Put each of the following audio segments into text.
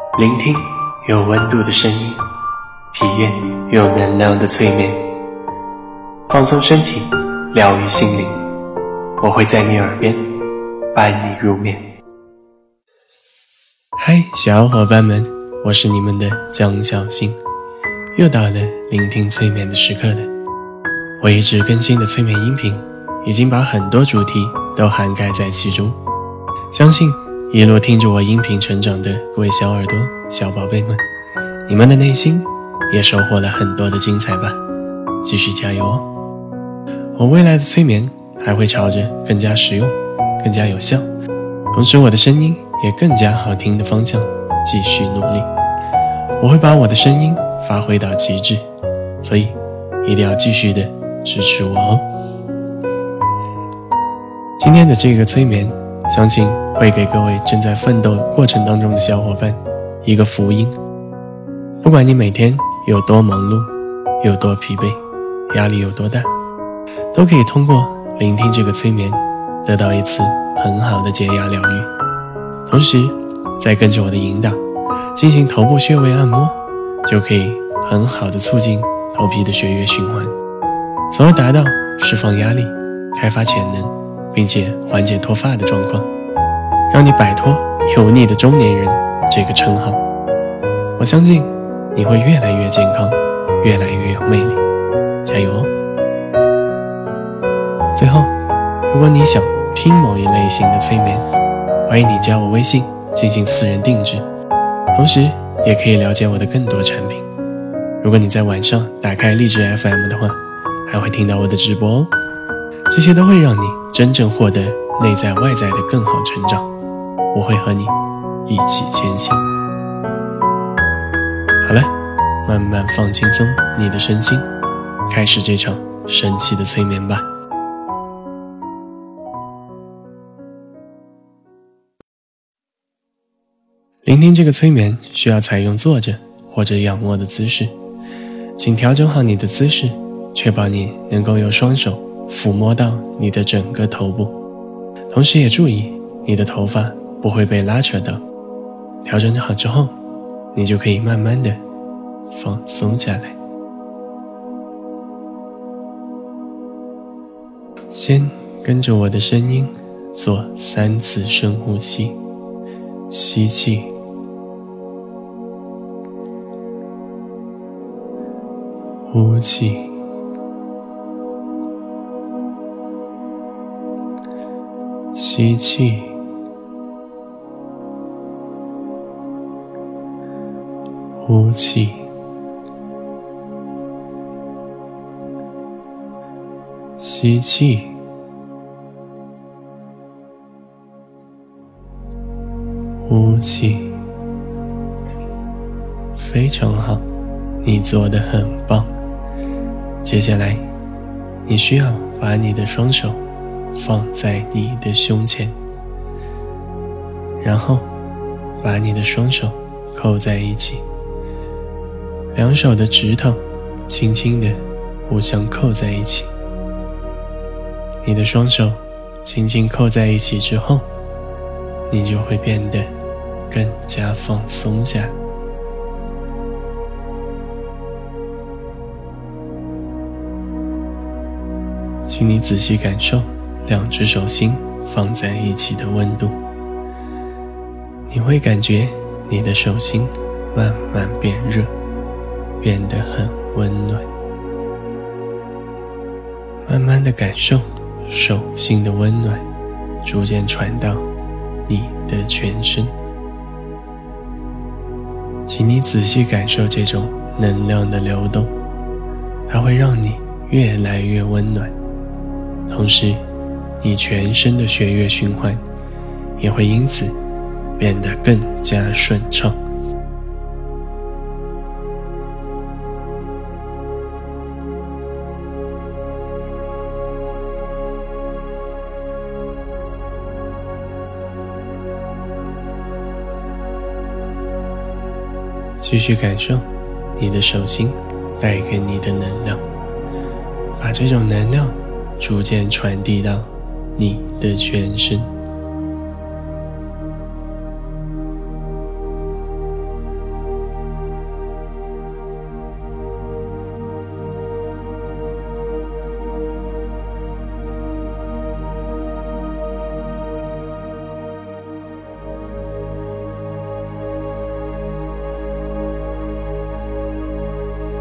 聆听有温度的声音，体验有能量的催眠，放松身体，疗愈心灵。我会在你耳边伴你入眠。嗨，小伙伴们，我是你们的江小新，又到了聆听催眠的时刻了。我一直更新的催眠音频已经把很多主题都涵盖在其中，相信一路听着我音频成长的各位小耳朵、小宝贝们，你们的内心也收获了很多的精彩吧，继续加油哦！我未来的催眠还会朝着更加实用、更加有效，同时我的声音也更加好听的方向继续努力。我会把我的声音发挥到极致，所以一定要继续的支持我哦。今天的这个催眠，相信会给各位正在奋斗过程当中的小伙伴一个福音。不管你每天有多忙碌，有多疲惫，压力有多大，都可以通过聆听这个催眠得到一次很好的解压疗愈。同时再跟着我的引导进行头部穴位按摩，就可以很好的促进头皮的血液循环，从而达到释放压力、开发潜能，并且缓解脱发的状况，让你摆脱油腻的中年人这个称号。我相信你会越来越健康，越来越有魅力，加油哦！最后，如果你想听某一类型的催眠，欢迎你加我微信进行私人定制，同时也可以了解我的更多产品。如果你在晚上打开荔枝 FM 的话，还会听到我的直播哦。这些都会让你真正获得内在外在的更好成长，我会和你一起前行。好了，慢慢放轻松你的身心，开始这场神奇的催眠吧。聆听这个催眠需要采用坐着或者仰卧的姿势，请调整好你的姿势，确保你能够用双手抚摸到你的整个头部，同时也注意你的头发不会被拉扯到。调整好之后，你就可以慢慢的放松下来。先跟着我的声音做3次深呼吸，吸气，呼气，吸气，呼气，吸气，呼气，非常好，你做得很棒。接下来，你需要把你的双手放在你的胸前，然后把你的双手扣在一起，两手的指头轻轻地互相扣在一起。你的双手轻轻扣在一起之后，你就会变得更加放松下来。请你仔细感受2只手心放在一起的温度，你会感觉你的手心慢慢变热，变得很温暖。慢慢的感受手心的温暖逐渐传到你的全身，请你仔细感受这种能量的流动，它会让你越来越温暖，同时你全身的血液循环也会因此变得更加顺畅。继续感受你的手心带给你的能量，把这种能量逐渐传递到你的全身。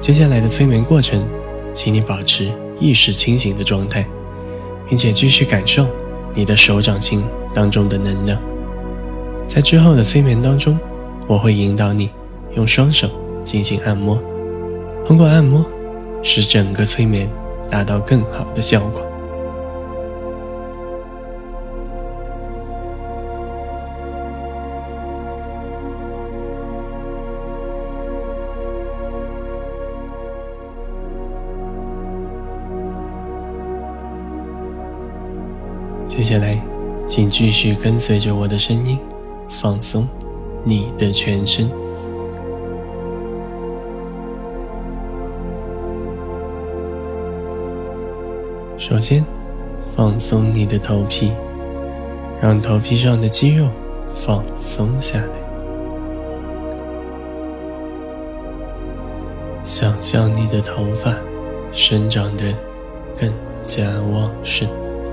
接下来的催眠过程，请你保持意识清醒的状态，并且继续感受你的手掌心当中的能量。在之后的催眠当中，我会引导你用双手进行按摩，通过按摩使整个催眠达到更好的效果。接下来，请继续跟随着我的声音，放松你的全身。首先，放松你的头皮，让头皮上的肌肉放松下来。想象你的头发生长得更加旺盛。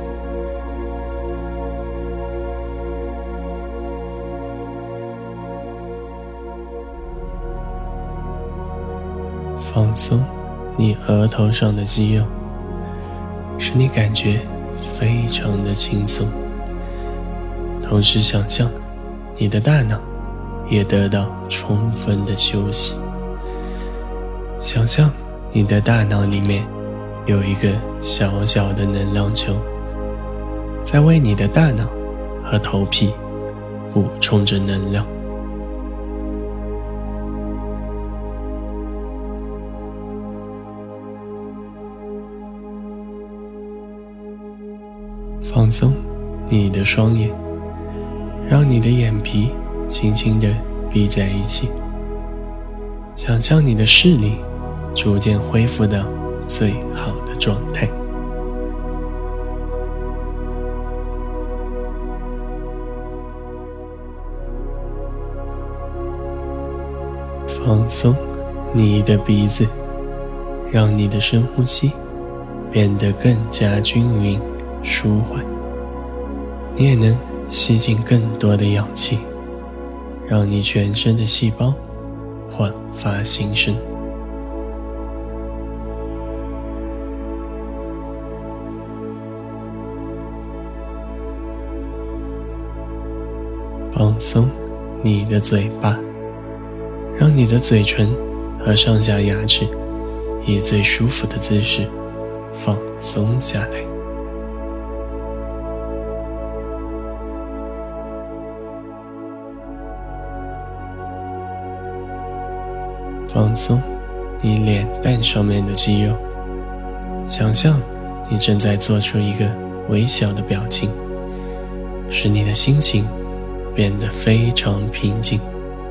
放松你额头上的肌肉，使你感觉非常的轻松。同时想象你的大脑也得到充分的休息。想象你的大脑里面有一个小小的能量球，在为你的大脑和头皮补充着能量。放松你的双眼，让你的眼皮轻轻地闭在一起。想象你的视力逐渐恢复到最好的状态。放松你的鼻子，让你的深呼吸变得更加均匀舒缓，你也能吸进更多的氧气，让你全身的细胞焕发新生。放松你的嘴巴，让你的嘴唇和上下牙齿以最舒服的姿势放松下来。放松你脸蛋上面的肌肉，想象你正在做出一个微小的表情，使你的心情变得非常平静。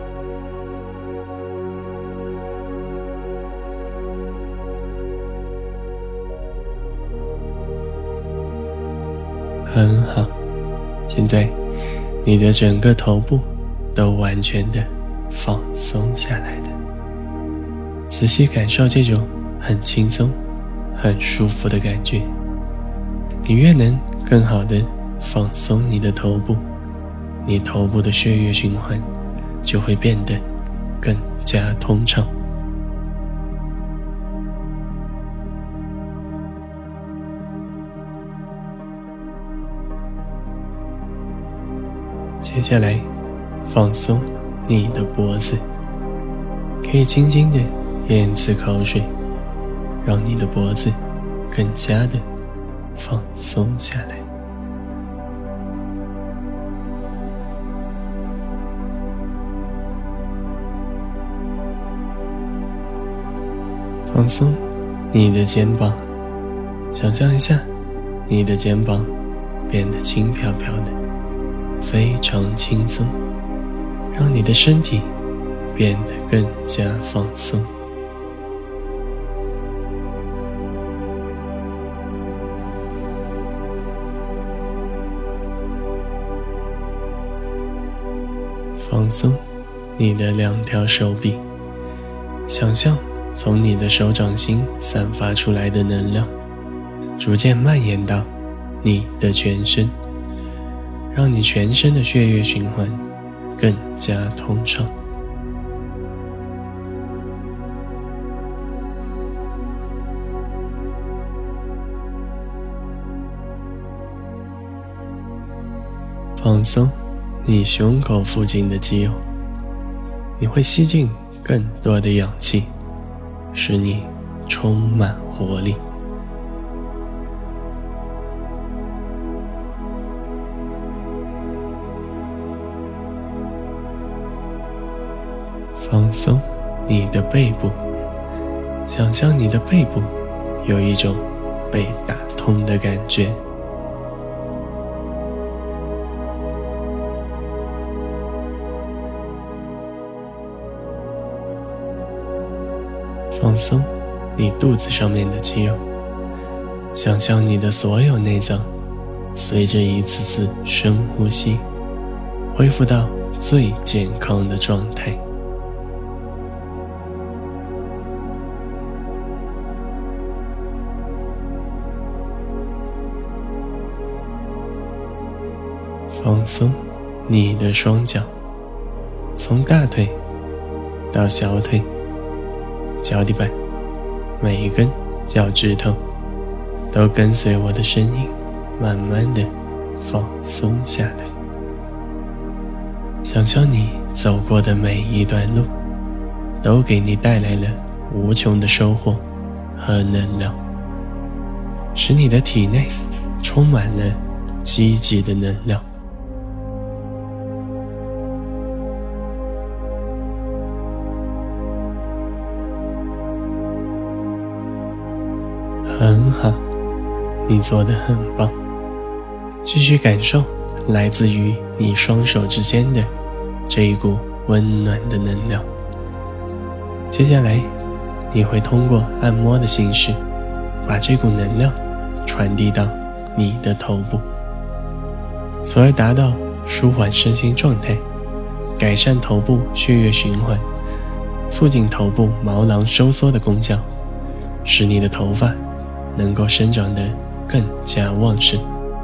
很好，现在你的整个头部都完全的放松下来了。仔细感受这种很轻松、很舒服的感觉。你越能更好的放松你的头部，你头部的血液循环就会变得更加通畅。接下来，放松你的脖子，可以轻轻地咽次口水，让你的脖子更加的放松下来。放松你的肩膀，想象一下，你的肩膀变得轻飘飘的，非常轻松，让你的身体变得更加放松。放松你的两条手臂，想象从你的手掌心散发出来的能量，逐渐蔓延到你的全身，让你全身的血液循环更加通畅。 放松你胸口附近的肌肉，你会吸进更多的氧气，使你充满活力。放松你的背部，想象你的背部有一种被打通的感觉。放松你肚子上面的肌肉，想象你的所有内脏随着一次次深呼吸恢复到最健康的状态。放松你的双脚，从大腿到小腿，脚底板每一根脚趾头都跟随我的声音慢慢的放松下来。想象你走过的每一段路都给你带来了无穷的收获和能量，使你的体内充满了积极的能量。很好，你做得很棒。继续感受来自于你双手之间的这一股温暖的能量。接下来，你会通过按摩的形式，把这股能量传递到你的头部，从而达到舒缓身心状态，改善头部血液循环，促进头部毛囊收缩的功效，使你的头发能够生长得更加旺盛。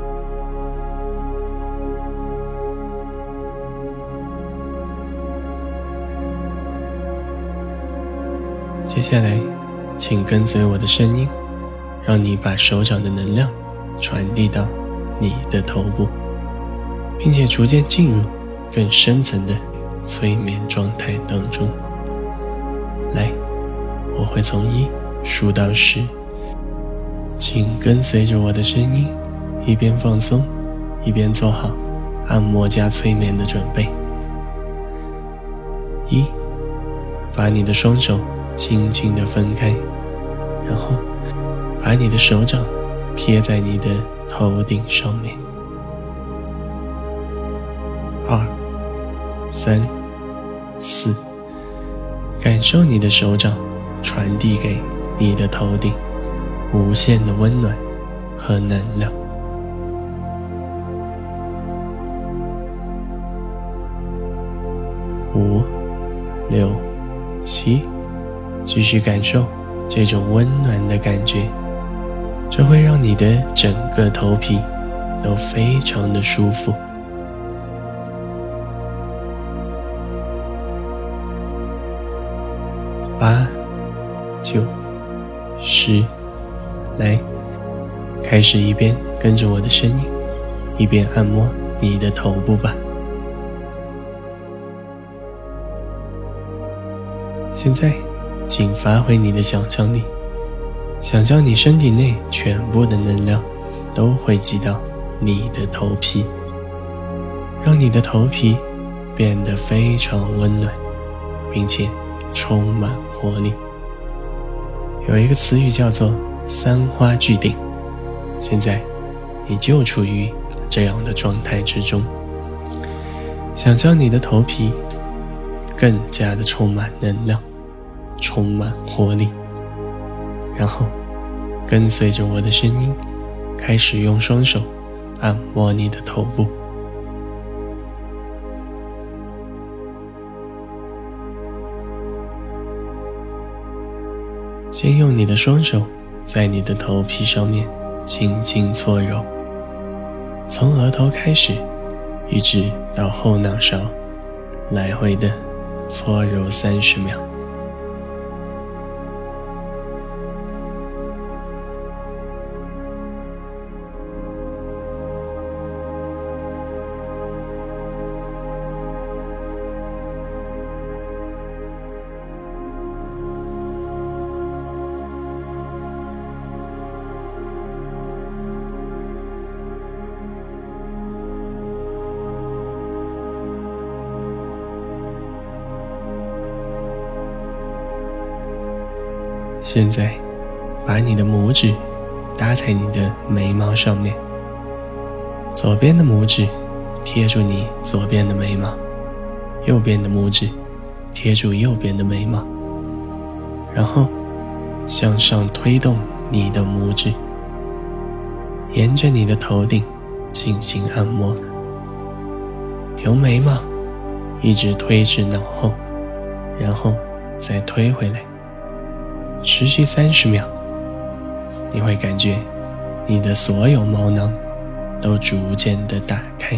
接下来，请跟随我的声音，让你把手掌的能量传递到你的头部，并且逐渐进入更深层的催眠状态当中。来，我会从1数到10，请跟随着我的声音，一边放松，一边做好按摩加催眠的准备。1，把你的双手轻轻地分开，然后把你的手掌贴在你的头顶上面。2、3、4，感受你的手掌传递给你的头顶无限的温暖和能量。5、6、7，继续感受这种温暖的感觉，这会让你的整个头皮都非常的舒服。8、9、10，来，开始一边跟着我的声音，一边按摩你的头部吧。现在，请发挥你的想象力，想象你身体内全部的能量都汇集到你的头皮，让你的头皮变得非常温暖，并且充满活力。有一个词语叫做三花聚顶，现在你就处于这样的状态之中。想象你的头皮更加的充满能量，充满活力，然后跟随着我的声音，开始用双手按摩你的头部。先用你的双手在你的头皮上面轻轻搓揉，从额头开始，一直到后脑勺，来回的搓揉30秒。 现在把你的拇指搭在你的眉毛上面，左边的拇指贴住你左边的眉毛，右边的拇指贴住右边的眉毛，然后向上推动你的拇指，沿着你的头顶进行按摩，由眉毛一直推至脑后，然后再推回来，持续30秒。你会感觉你的所有毛囊都逐渐地打开。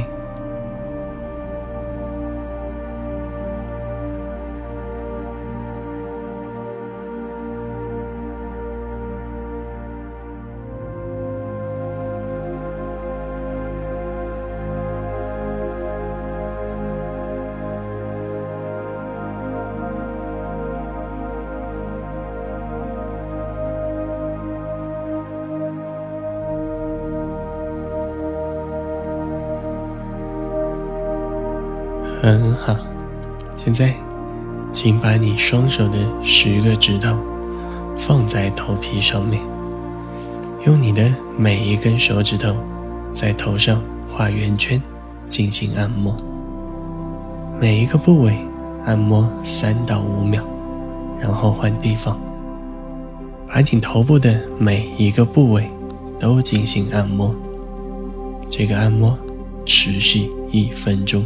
很好，现在请把你双手的10个指头放在头皮上面，用你的每一根手指头在头上画圆圈进行按摩，每一个部位按摩3到5秒，然后换地方，把你头部的每一个部位都进行按摩，这个按摩持续1分钟。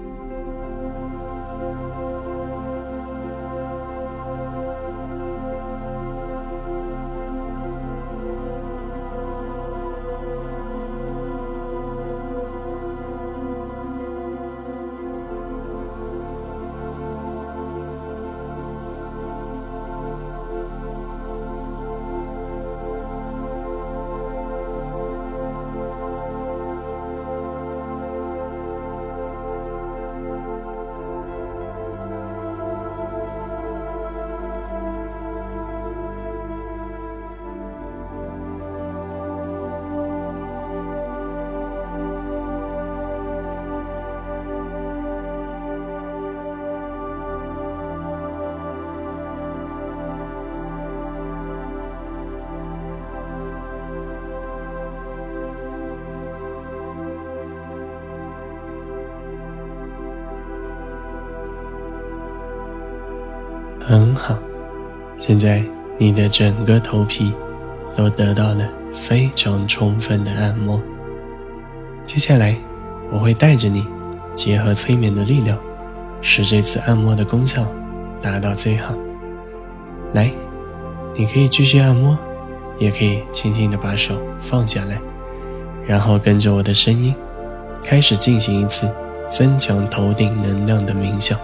很好，现在你的整个头皮都得到了非常充分的按摩。接下来我会带着你结合催眠的力量，使这次按摩的功效达到最好。来，你可以继续按摩，也可以轻轻地把手放下来，然后跟着我的声音开始进行一次增强头顶能量的冥想。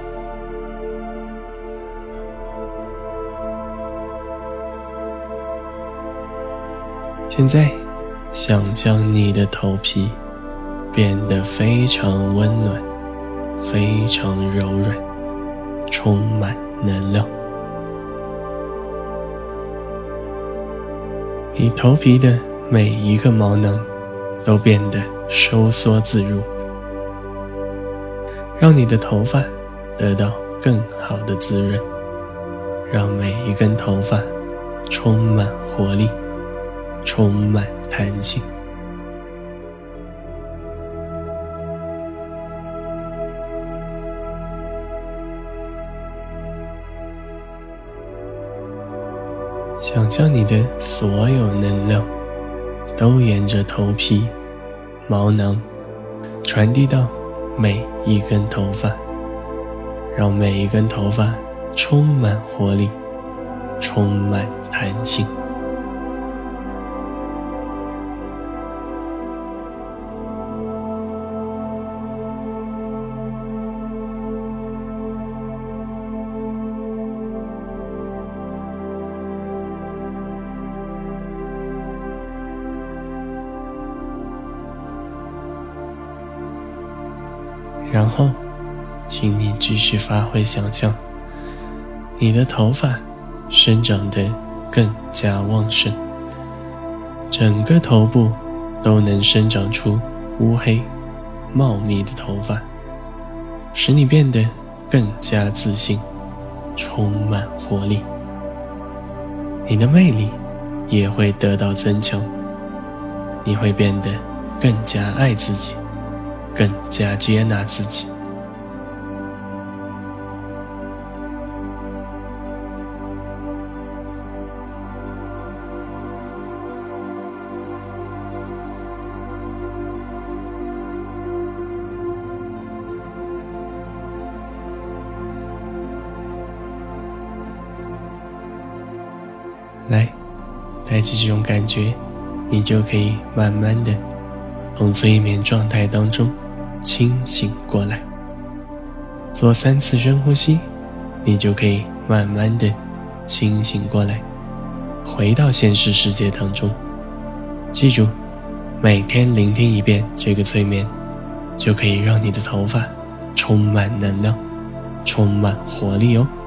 现在想象你的头皮变得非常温暖，非常柔软，充满能量。你头皮的每一个毛囊都变得收缩自如，让你的头发得到更好的滋润，让每一根头发充满活力，充满弹性。想象你的所有能量都沿着头皮、毛囊传递到每一根头发，让每一根头发充满活力，充满弹性。然后请你继续发挥想象，你的头发生长得更加旺盛，整个头部都能生长出乌黑茂密的头发，使你变得更加自信，充满活力。 你的魅力也会得到增强，你会变得更加爱自己，更加接纳自己。来，带着这种感觉，你就可以慢慢的从催眠状态当中清醒过来。做3次深呼吸，你就可以慢慢的清醒过来，回到现实世界当中。记住，每天聆听一遍这个催眠，就可以让你的头发充满能量，充满活力哦。